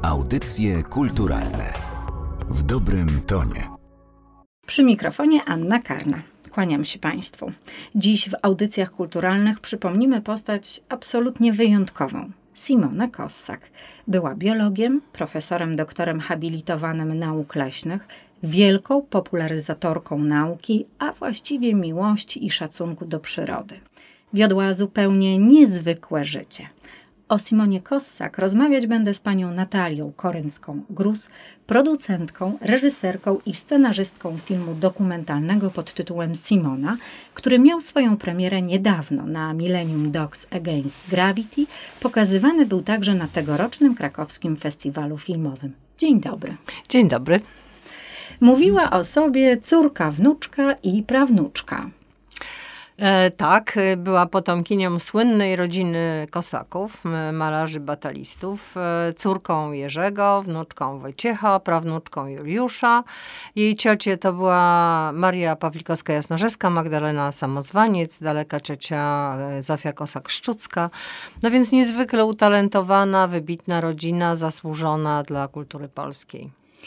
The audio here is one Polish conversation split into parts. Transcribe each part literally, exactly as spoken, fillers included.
Audycje kulturalne w dobrym tonie. Przy mikrofonie Anna Karna. Kłaniam się Państwu. Dziś w audycjach kulturalnych przypomnimy postać absolutnie wyjątkową. Simonę Kossak. Była biologiem, profesorem doktorem habilitowanym nauk leśnych, wielką popularyzatorką nauki, a właściwie miłości i szacunku do przyrody. Wiodła zupełnie niezwykłe życie. O Simonie Kossak rozmawiać będę z panią Natalią Korynską-Grus, producentką, reżyserką i scenarzystką filmu dokumentalnego pod tytułem Simona, który miał swoją premierę niedawno na Millennium Dogs Against Gravity. Pokazywany był także na tegorocznym krakowskim festiwalu filmowym. Dzień dobry. Dzień dobry. Mówiła o sobie córka, wnuczka i prawnuczka. E, tak, była potomkinią słynnej rodziny Kossaków, malarzy batalistów, e, córką Jerzego, wnuczką Wojciecha, prawnuczką Juliusza. Jej ciocie to była Maria Pawlikowska-Jasnorzewska, Magdalena Samozwaniec, daleka ciocia Zofia Kossak-Szczucka. No więc niezwykle utalentowana, wybitna rodzina, zasłużona dla kultury polskiej.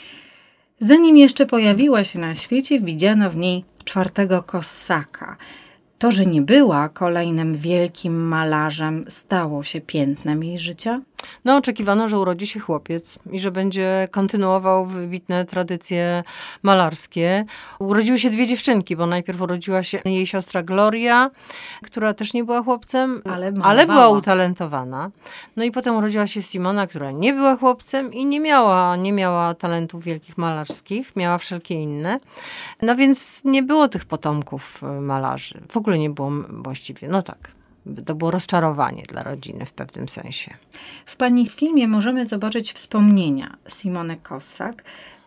Zanim jeszcze pojawiła się na świecie, widziano w niej czwartego Kossaka. To, że nie była kolejnym wielkim malarzem, stało się piętnem jej życia? No, oczekiwano, że urodzi się chłopiec i że będzie kontynuował wybitne tradycje malarskie. Urodziły się dwie dziewczynki, bo najpierw urodziła się jej siostra Gloria, która też nie była chłopcem, ale, ale była utalentowana. No i potem urodziła się Simona, która nie była chłopcem i nie miała, nie miała talentów wielkich malarskich, miała wszelkie inne. No więc nie było tych potomków malarzy. W ogóle nie było właściwie, no tak. To było rozczarowanie dla rodziny w pewnym sensie. W pani filmie możemy zobaczyć wspomnienia Simony Kossak.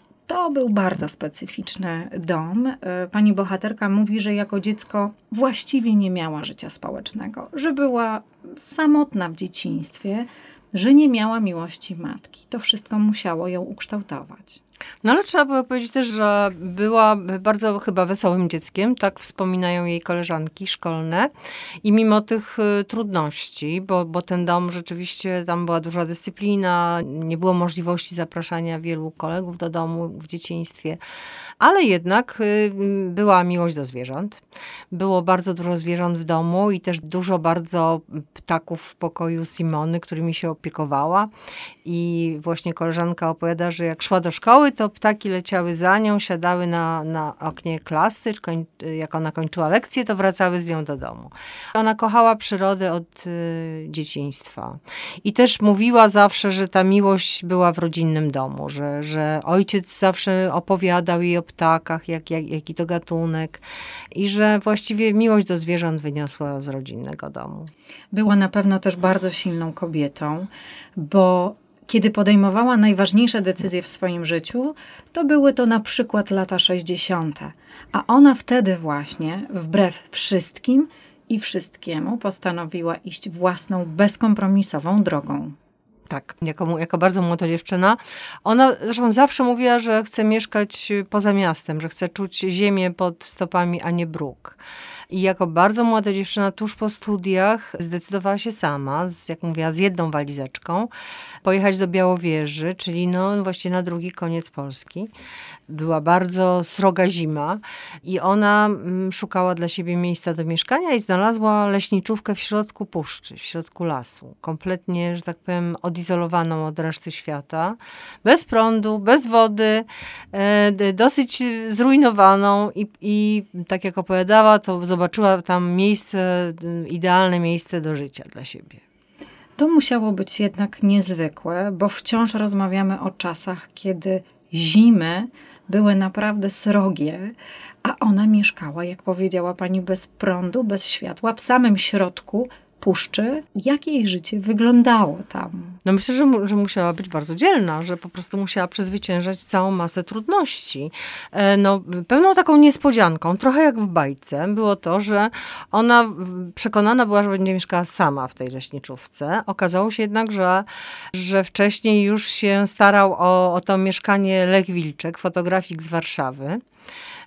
To był bardzo specyficzny dom. Pani bohaterka mówi, że jako dziecko właściwie nie miała życia społecznego, że była samotna w dzieciństwie, że nie miała miłości matki. To wszystko musiało ją ukształtować. No ale trzeba było powiedzieć też, że była bardzo chyba wesołym dzieckiem, tak wspominają jej koleżanki szkolne i mimo tych y, trudności, bo, bo ten dom rzeczywiście, tam była duża dyscyplina, nie było możliwości zapraszania wielu kolegów do domu w dzieciństwie, ale jednak y, była miłość do zwierząt. Było bardzo dużo zwierząt w domu i też dużo bardzo ptaków w pokoju Simony, którymi się opiekowała i właśnie koleżanka opowiada, że jak szła do szkoły, to ptaki leciały za nią, siadały na, na oknie klasy, jak ona kończyła lekcję, to wracały z nią do domu. Ona kochała przyrodę od y, dzieciństwa. I też mówiła zawsze, że ta miłość była w rodzinnym domu, że, że ojciec zawsze opowiadał jej o ptakach, jak, jak, jaki to gatunek i że właściwie miłość do zwierząt wyniosła z rodzinnego domu. Była na pewno też bardzo silną kobietą, bo kiedy podejmowała najważniejsze decyzje w swoim życiu, to były to na przykład lata sześćdziesiąte. A ona wtedy właśnie, wbrew wszystkim i wszystkiemu, postanowiła iść własną, bezkompromisową drogą. Tak, jako, jako bardzo młoda dziewczyna. Ona zresztą zawsze mówiła, że chce mieszkać poza miastem, że chce czuć ziemię pod stopami, a nie bruk. I jako bardzo młoda dziewczyna tuż po studiach zdecydowała się sama, z, jak mówiła, z jedną walizeczką, pojechać do Białowieży, czyli no właśnie na drugi koniec Polski. Była bardzo sroga zima i ona mm, szukała dla siebie miejsca do mieszkania i znalazła leśniczówkę w środku puszczy, w środku lasu. Kompletnie, że tak powiem, odizolowaną od reszty świata. Bez prądu, bez wody, e, dosyć zrujnowaną i, i tak jak opowiadała, to zobaczyła tam miejsce, idealne miejsce do życia dla siebie. To musiało być jednak niezwykłe, bo wciąż rozmawiamy o czasach, kiedy zimy były naprawdę srogie, a ona mieszkała, jak powiedziała pani, bez prądu, bez światła, w samym środku puszczy. Jak jej życie wyglądało tam? No myślę, że, mu, że musiała być bardzo dzielna, że po prostu musiała przezwyciężać całą masę trudności. E, no, pewną taką niespodzianką, trochę jak w bajce, było to, że ona przekonana była, że będzie mieszkała sama w tej leśniczówce. Okazało się jednak, że, że wcześniej już się starał o, o to mieszkanie Lech Wilczek, fotografik z Warszawy.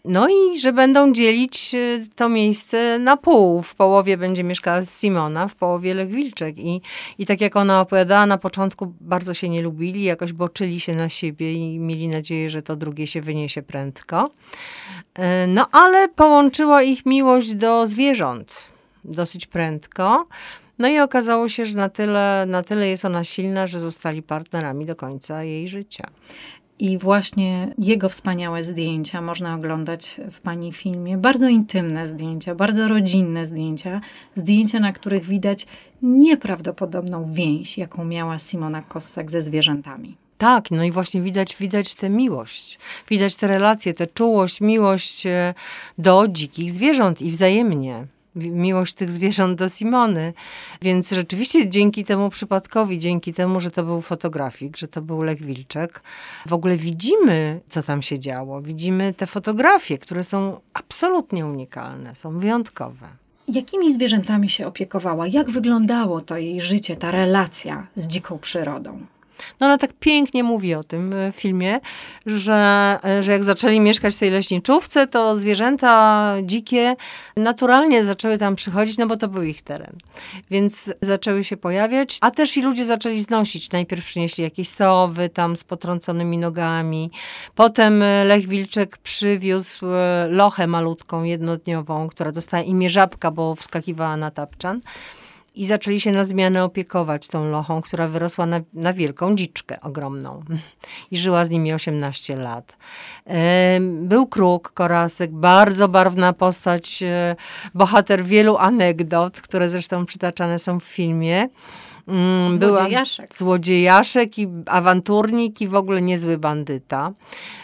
No i że będą dzielić to miejsce na pół. W połowie będzie mieszkała Simona, w połowie Lech Wilczek. I, i tak jak ona opowiadała, na początku bardzo się nie lubili, jakoś boczyli się na siebie i mieli nadzieję, że to drugie się wyniesie prędko. No ale połączyła ich miłość do zwierząt dosyć prędko. No i okazało się, że na tyle, na tyle jest ona silna, że zostali partnerami do końca jej życia. I właśnie jego wspaniałe zdjęcia można oglądać w pani filmie. Bardzo intymne zdjęcia, bardzo rodzinne zdjęcia. Zdjęcia, na których widać nieprawdopodobną więź, jaką miała Simona Kossak ze zwierzętami. Tak, no i właśnie widać, widać tę miłość. Widać tę relację, tę czułość, miłość do dzikich zwierząt i wzajemnie. Miłość tych zwierząt do Simony. Więc rzeczywiście dzięki temu przypadkowi, dzięki temu, że to był fotografik, że to był Lech Wilczek, w ogóle widzimy, co tam się działo. Widzimy te fotografie, które są absolutnie unikalne, są wyjątkowe. Jakimi zwierzętami się opiekowała? Jak wyglądało to jej życie, ta relacja z dziką przyrodą? No ona tak pięknie mówi o tym w filmie, że, że jak zaczęli mieszkać w tej leśniczówce, to zwierzęta dzikie naturalnie zaczęły tam przychodzić, no bo to był ich teren. Więc zaczęły się pojawiać, a też i ludzie zaczęli znosić. Najpierw przynieśli jakieś sowy tam z potrąconymi nogami. Potem Lech Wilczek przywiózł lochę malutką, jednodniową, która dostała imię Żabka, bo wskakiwała na tapczan. I zaczęli się na zmianę opiekować tą lochą, która wyrosła na, na wielką dziczkę ogromną. I żyła z nimi osiemnaście lat. Był kruk, Korasek, bardzo barwna postać, bohater wielu anegdot, które zresztą przytaczane są w filmie. Złodziejaszek. Była złodziejaszek i awanturnik i w ogóle niezły bandyta.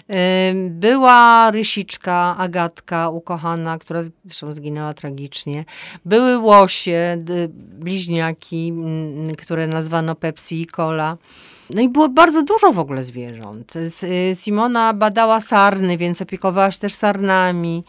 Była Rysiczka, Agatka, ukochana, która zresztą zginęła tragicznie. Były łosie, bliźniaki, które nazwano Pepsi i Cola. No i było bardzo dużo w ogóle zwierząt. Simona badała sarny, więc opiekowała się też sarnami.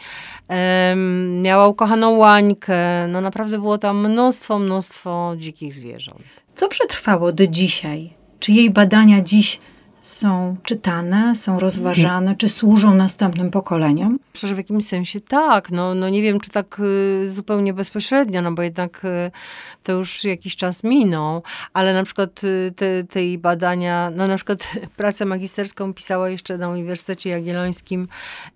Miała ukochaną łańkę. No naprawdę było tam mnóstwo, mnóstwo dzikich zwierząt. Co przetrwało do dzisiaj? Czy jej badania dziś są czytane, są rozważane, czy służą następnym pokoleniom? Przecież w jakimś sensie tak. No, no nie wiem, czy tak y, zupełnie bezpośrednio, no bo jednak y, to już jakiś czas minął, ale na przykład y, te, te jej badania, no na przykład pracę magisterską pisała jeszcze na Uniwersytecie Jagiellońskim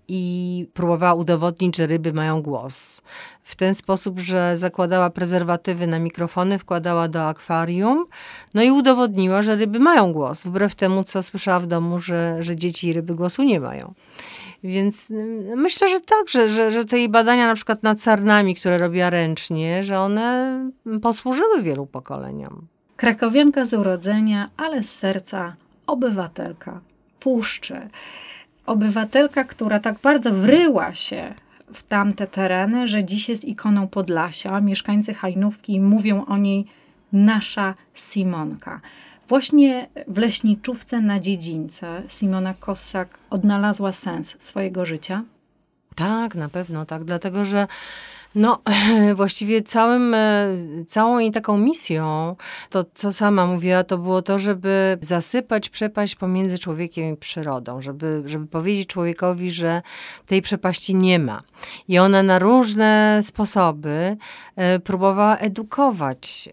i próbowała udowodnić, że ryby mają głos. W ten sposób, że zakładała prezerwatywy na mikrofony, wkładała do akwarium, no i udowodniła, że ryby mają głos, wbrew temu, co słyszała w domu, że, że dzieci i ryby głosu nie mają. Więc myślę, że tak, że, że, że te jej badania na przykład nad sarnami, które robiła ręcznie, że one posłużyły wielu pokoleniom. Krakowianka z urodzenia, ale z serca obywatelka Puszczy. Obywatelka, która tak bardzo wryła się w tamte tereny, że dziś jest ikoną Podlasia. Mieszkańcy Hajnówki mówią o niej nasza Simonka. Właśnie w leśniczówce na Dziedzińce Simona Kossak odnalazła sens swojego życia. Tak, na pewno tak, dlatego że no, właściwie całym, całą jej taką misją, to co sama mówiła, to było to, żeby zasypać przepaść pomiędzy człowiekiem i przyrodą, żeby, żeby powiedzieć człowiekowi, że tej przepaści nie ma. I ona na różne sposoby próbowała edukować,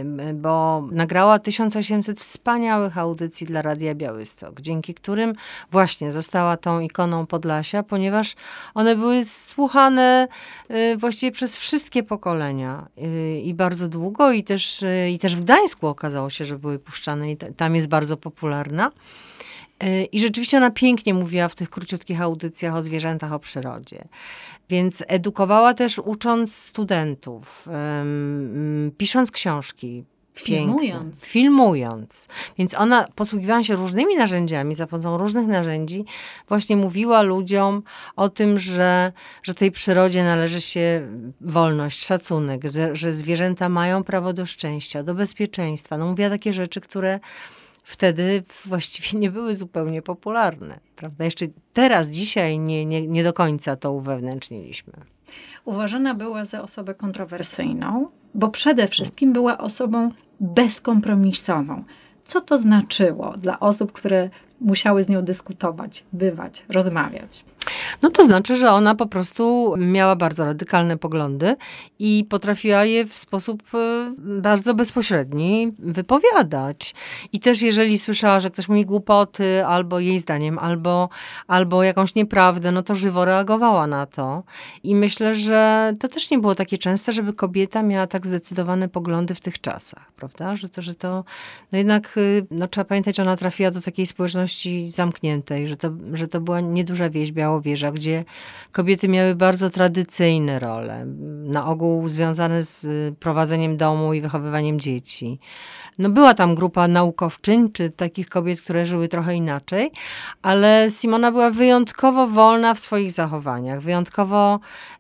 bo nagrała tysiąc osiemset wspaniałych audycji dla Radia Białystok, dzięki którym właśnie została tą ikoną Podlasia, ponieważ one były słuchane właściwie przez wszystkie pokolenia i bardzo długo i też, i też w Gdańsku okazało się, że były puszczane i tam jest bardzo popularna. I rzeczywiście ona pięknie mówiła w tych króciutkich audycjach o zwierzętach, o przyrodzie. Więc edukowała też ucząc studentów, pisząc książki. Filmując. Filmując. Więc ona posługiwała się różnymi narzędziami, za pomocą różnych narzędzi, właśnie mówiła ludziom o tym, że, że tej przyrodzie należy się wolność, szacunek, że, że zwierzęta mają prawo do szczęścia, do bezpieczeństwa. No mówiła takie rzeczy, które wtedy właściwie nie były zupełnie popularne. Prawda? Jeszcze teraz, dzisiaj nie, nie, nie do końca to uwewnętrzniliśmy. Uważana była za osobę kontrowersyjną, bo przede wszystkim była osobą bezkompromisową. Co to znaczyło dla osób, które musiały z nią dyskutować, bywać, rozmawiać? No to znaczy, że ona po prostu miała bardzo radykalne poglądy i potrafiła je w sposób bardzo bezpośredni wypowiadać. I też jeżeli słyszała, że ktoś mówi głupoty, albo jej zdaniem, albo, albo jakąś nieprawdę, no to żywo reagowała na to. I myślę, że to też nie było takie częste, żeby kobieta miała tak zdecydowane poglądy w tych czasach, prawda? Że to, że to no jednak no, trzeba pamiętać, że ona trafiła do takiej społeczności zamkniętej, że to, że to była nieduża wieś Białowieża, gdzie kobiety miały bardzo tradycyjne role, na ogół związane z prowadzeniem domu i wychowywaniem dzieci. No była tam grupa naukowczyń, czy takich kobiet, które żyły trochę inaczej, ale Simona była wyjątkowo wolna w swoich zachowaniach, wyjątkowo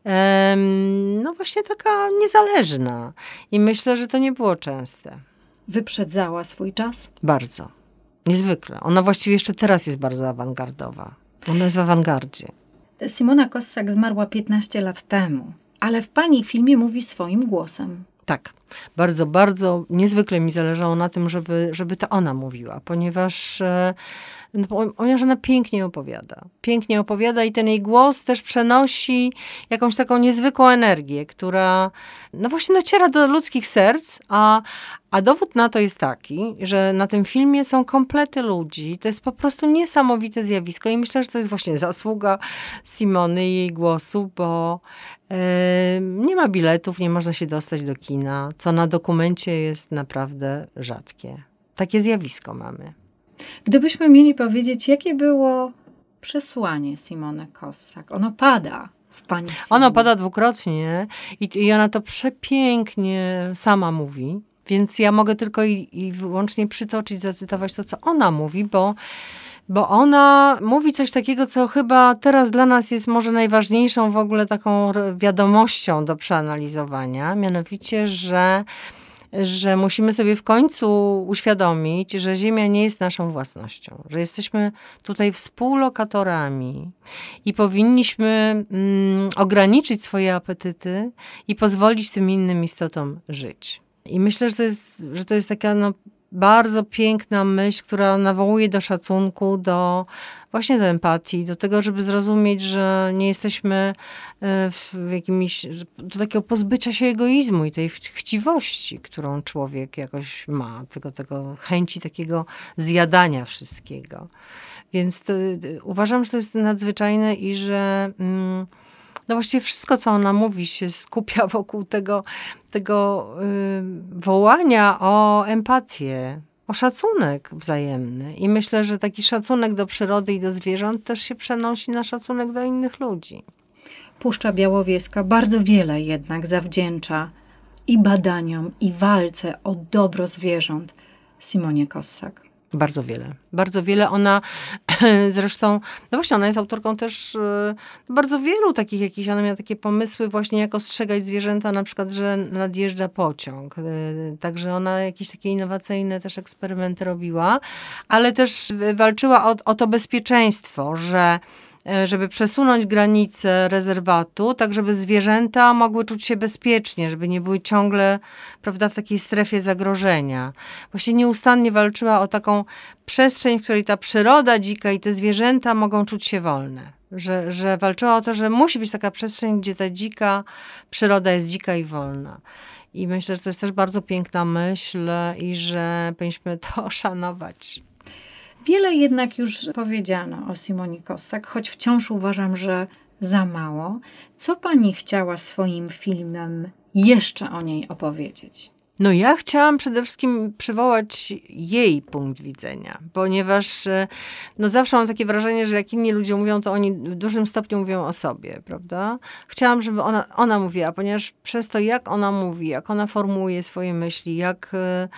em, no właśnie taka niezależna. I myślę, że to nie było częste. Wyprzedzała swój czas? Bardzo. Niezwykle. Ona właściwie jeszcze teraz jest bardzo awangardowa. Ona jest w awangardzie. Simona Kossak zmarła piętnaście lat temu, ale w pani filmie mówi swoim głosem. Tak. Bardzo, bardzo niezwykle mi zależało na tym, żeby, żeby to ona mówiła, ponieważ, no, ponieważ ona pięknie opowiada. Pięknie opowiada i ten jej głos też przenosi jakąś taką niezwykłą energię, która no właśnie dociera do ludzkich serc, a, a dowód na to jest taki, że na tym filmie są komplety ludzi. To jest po prostu niesamowite zjawisko i myślę, że to jest właśnie zasługa Simony i jej głosu, bo yy, nie ma biletów, nie można się dostać do kina, co na dokumencie jest naprawdę rzadkie. Takie zjawisko mamy. Gdybyśmy mieli powiedzieć, jakie było przesłanie Simony Kossak? Ono pada w pani filmie. Ono pada dwukrotnie i, i ona to przepięknie sama mówi. Więc ja mogę tylko i, i wyłącznie przytoczyć, zacytować to, co ona mówi, bo, bo ona mówi coś takiego, co chyba teraz dla nas jest może najważniejszą w ogóle taką wiadomością do przeanalizowania. Mianowicie, że że musimy sobie w końcu uświadomić, że Ziemia nie jest naszą własnością, że jesteśmy tutaj współlokatorami i powinniśmy mm, ograniczyć swoje apetyty i pozwolić tym innym istotom żyć. I myślę, że to jest, że to jest taka no, bardzo piękna myśl, która nawołuje do szacunku, do właśnie do empatii, do tego, żeby zrozumieć, że nie jesteśmy w jakimś, do takiego pozbycia się egoizmu i tej chciwości, którą człowiek jakoś ma, tego, tego chęci takiego zjadania wszystkiego. Więc to, uważam, że to jest nadzwyczajne i że mm, no właściwie wszystko, co ona mówi, się skupia wokół tego, tego yy, wołania o empatię, o szacunek wzajemny. I myślę, że taki szacunek do przyrody i do zwierząt też się przenosi na szacunek do innych ludzi. Puszcza Białowieska bardzo wiele jednak zawdzięcza i badaniom, i walce o dobro zwierząt Simonie Kossak. Bardzo wiele. Bardzo wiele. Ona zresztą, no właśnie, ona jest autorką też bardzo wielu takich jakichś, ona miała takie pomysły właśnie, jak ostrzegać zwierzęta, na przykład, że nadjeżdża pociąg. Także ona jakieś takie innowacyjne też eksperymenty robiła, ale też walczyła o, o to bezpieczeństwo, że żeby przesunąć granice rezerwatu, tak żeby zwierzęta mogły czuć się bezpiecznie, żeby nie były ciągle, prawda, w takiej strefie zagrożenia. Właśnie nieustannie walczyła o taką przestrzeń, w której ta przyroda dzika i te zwierzęta mogą czuć się wolne. Że, że walczyła o to, że musi być taka przestrzeń, gdzie ta dzika przyroda jest dzika i wolna. I myślę, że to jest też bardzo piękna myśl i że powinniśmy to szanować. Wiele jednak już powiedziano o Simonie Kossak, choć wciąż uważam, że za mało. Co pani chciała swoim filmem jeszcze o niej opowiedzieć? No ja chciałam przede wszystkim przywołać jej punkt widzenia, ponieważ no zawsze mam takie wrażenie, że jak inni ludzie mówią, to oni w dużym stopniu mówią o sobie, prawda? Chciałam, żeby ona, ona mówiła, ponieważ przez to, jak ona mówi, jak ona formułuje swoje myśli, jak,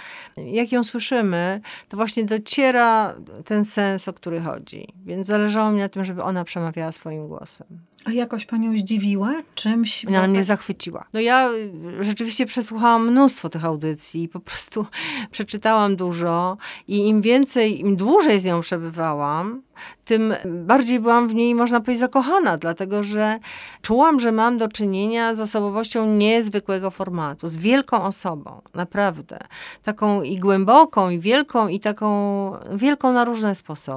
jak ją słyszymy, to właśnie dociera ten sens, o który chodzi. Więc zależało mi na tym, żeby ona przemawiała swoim głosem. A jakoś panią zdziwiła czymś? Ona mnie zachwyciła. No ja rzeczywiście przesłuchałam mnóstwo tych audycji i po prostu przeczytałam dużo i im więcej, im dłużej z nią przebywałam, tym bardziej byłam w niej, można powiedzieć, zakochana, dlatego że czułam, że mam do czynienia z osobowością niezwykłego formatu, z wielką osobą, naprawdę. Taką i głęboką, i wielką, i taką wielką na różne sposoby.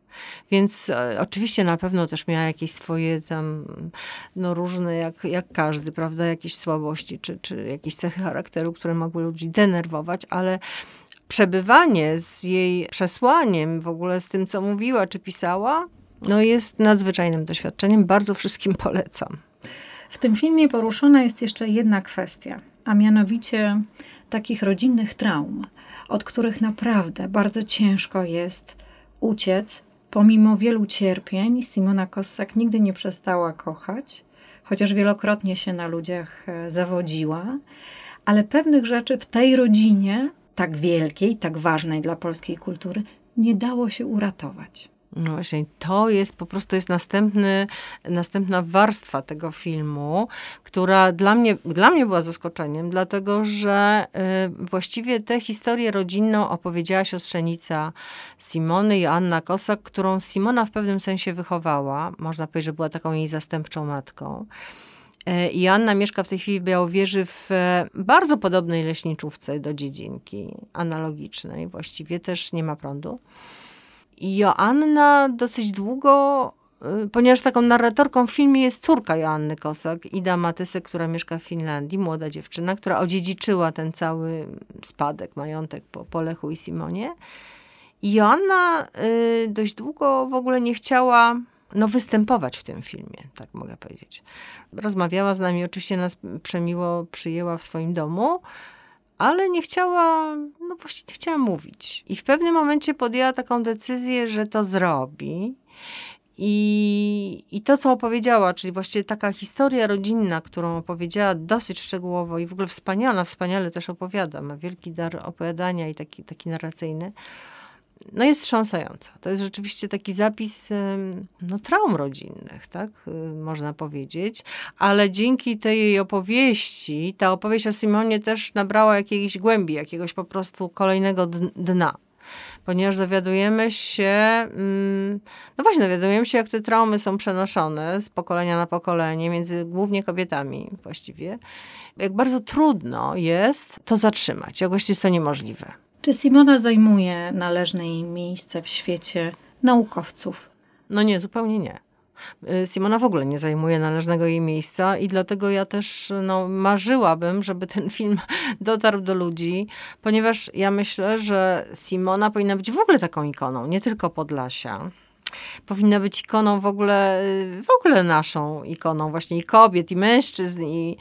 Więc e, oczywiście na pewno też miała jakieś swoje tam, no różne, jak, jak każdy, prawda, jakieś słabości, czy, czy jakieś cechy charakteru, które mogły ludzi denerwować, ale przebywanie z jej przesłaniem, w ogóle z tym, co mówiła, czy pisała, no jest nadzwyczajnym doświadczeniem. Bardzo wszystkim polecam. W tym filmie poruszona jest jeszcze jedna kwestia, a mianowicie takich rodzinnych traum, od których naprawdę bardzo ciężko jest uciec. Pomimo wielu cierpień Simona Kossak nigdy nie przestała kochać, chociaż wielokrotnie się na ludziach zawodziła, ale pewnych rzeczy w tej rodzinie, tak wielkiej, tak ważnej dla polskiej kultury, nie dało się uratować. No właśnie, to jest po prostu jest następny, następna warstwa tego filmu, która dla mnie, dla mnie była zaskoczeniem, dlatego że y, właściwie tę historię rodzinną opowiedziała siostrzenica Simony, Joanna Kossak, którą Simona w pewnym sensie wychowała. Można powiedzieć, że była taką jej zastępczą matką. I Joanna mieszka w tej chwili w Białowieży w bardzo podobnej leśniczówce do Dziedzinki, analogicznej. Właściwie też nie ma prądu. I Joanna dosyć długo, ponieważ taką narratorką w filmie jest córka Joanny Kossak, Ida Matysek, która mieszka w Finlandii, młoda dziewczyna, która odziedziczyła ten cały spadek, majątek po, po Lechu i Simonie. I Joanna y, dość długo w ogóle nie chciała no, występować w tym filmie, tak mogę powiedzieć. Rozmawiała z nami, oczywiście nas przemiło przyjęła w swoim domu, ale nie chciała, no właśnie nie chciała mówić. I w pewnym momencie podjęła taką decyzję, że to zrobi. I, I to, co opowiedziała, czyli właściwie taka historia rodzinna, którą opowiedziała dosyć szczegółowo i w ogóle wspaniała, wspaniale też opowiada, ma wielki dar opowiadania i taki, taki narracyjny, no jest wstrząsająca. To jest rzeczywiście taki zapis no, traum rodzinnych, tak można powiedzieć, ale dzięki tej jej opowieści, ta opowieść o Simonie też nabrała jakiejś głębi, jakiegoś po prostu kolejnego dna. Ponieważ dowiadujemy się, no właśnie dowiadujemy się, jak te traumy są przenoszone z pokolenia na pokolenie, między głównie kobietami właściwie. Jak bardzo trudno jest to zatrzymać, jak właściwie jest to niemożliwe. Czy Simona zajmuje należne jej miejsce w świecie naukowców? No nie, zupełnie nie. Simona w ogóle nie zajmuje należnego jej miejsca i dlatego ja też no, marzyłabym, żeby ten film dotarł do ludzi, ponieważ ja myślę, że Simona powinna być w ogóle taką ikoną, nie tylko Podlasia. Powinna być ikoną w ogóle, w ogóle naszą ikoną, właśnie i kobiet, i mężczyzn, i,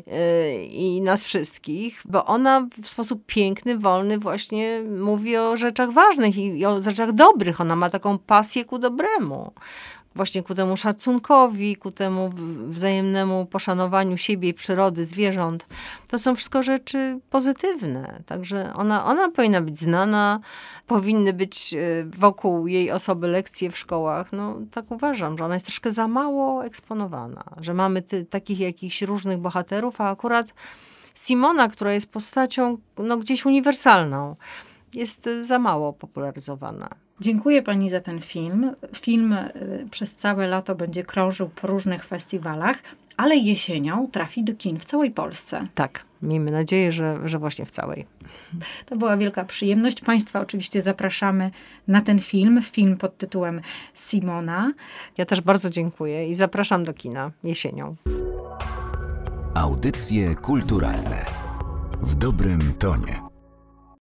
i nas wszystkich, bo ona w sposób piękny, wolny właśnie mówi o rzeczach ważnych i o rzeczach dobrych. Ona ma taką pasję ku dobremu. Właśnie ku temu szacunkowi, ku temu wzajemnemu poszanowaniu siebie i przyrody, zwierząt. To są wszystko rzeczy pozytywne. Także ona, ona powinna być znana, powinny być wokół jej osoby lekcje w szkołach. No tak uważam, że ona jest troszkę za mało eksponowana. Że mamy ty, takich jakichś różnych bohaterów, a akurat Simona, która jest postacią no, gdzieś uniwersalną, jest za mało popularyzowana. Dziękuję pani za ten film. Film przez całe lato będzie krążył po różnych festiwalach, ale jesienią trafi do kin w całej Polsce. Tak, miejmy nadzieję, że, że właśnie w całej. To była wielka przyjemność. Państwa oczywiście zapraszamy na ten film, film pod tytułem Simona. Ja też bardzo dziękuję i zapraszam do kina jesienią. Audycje kulturalne w dobrym tonie.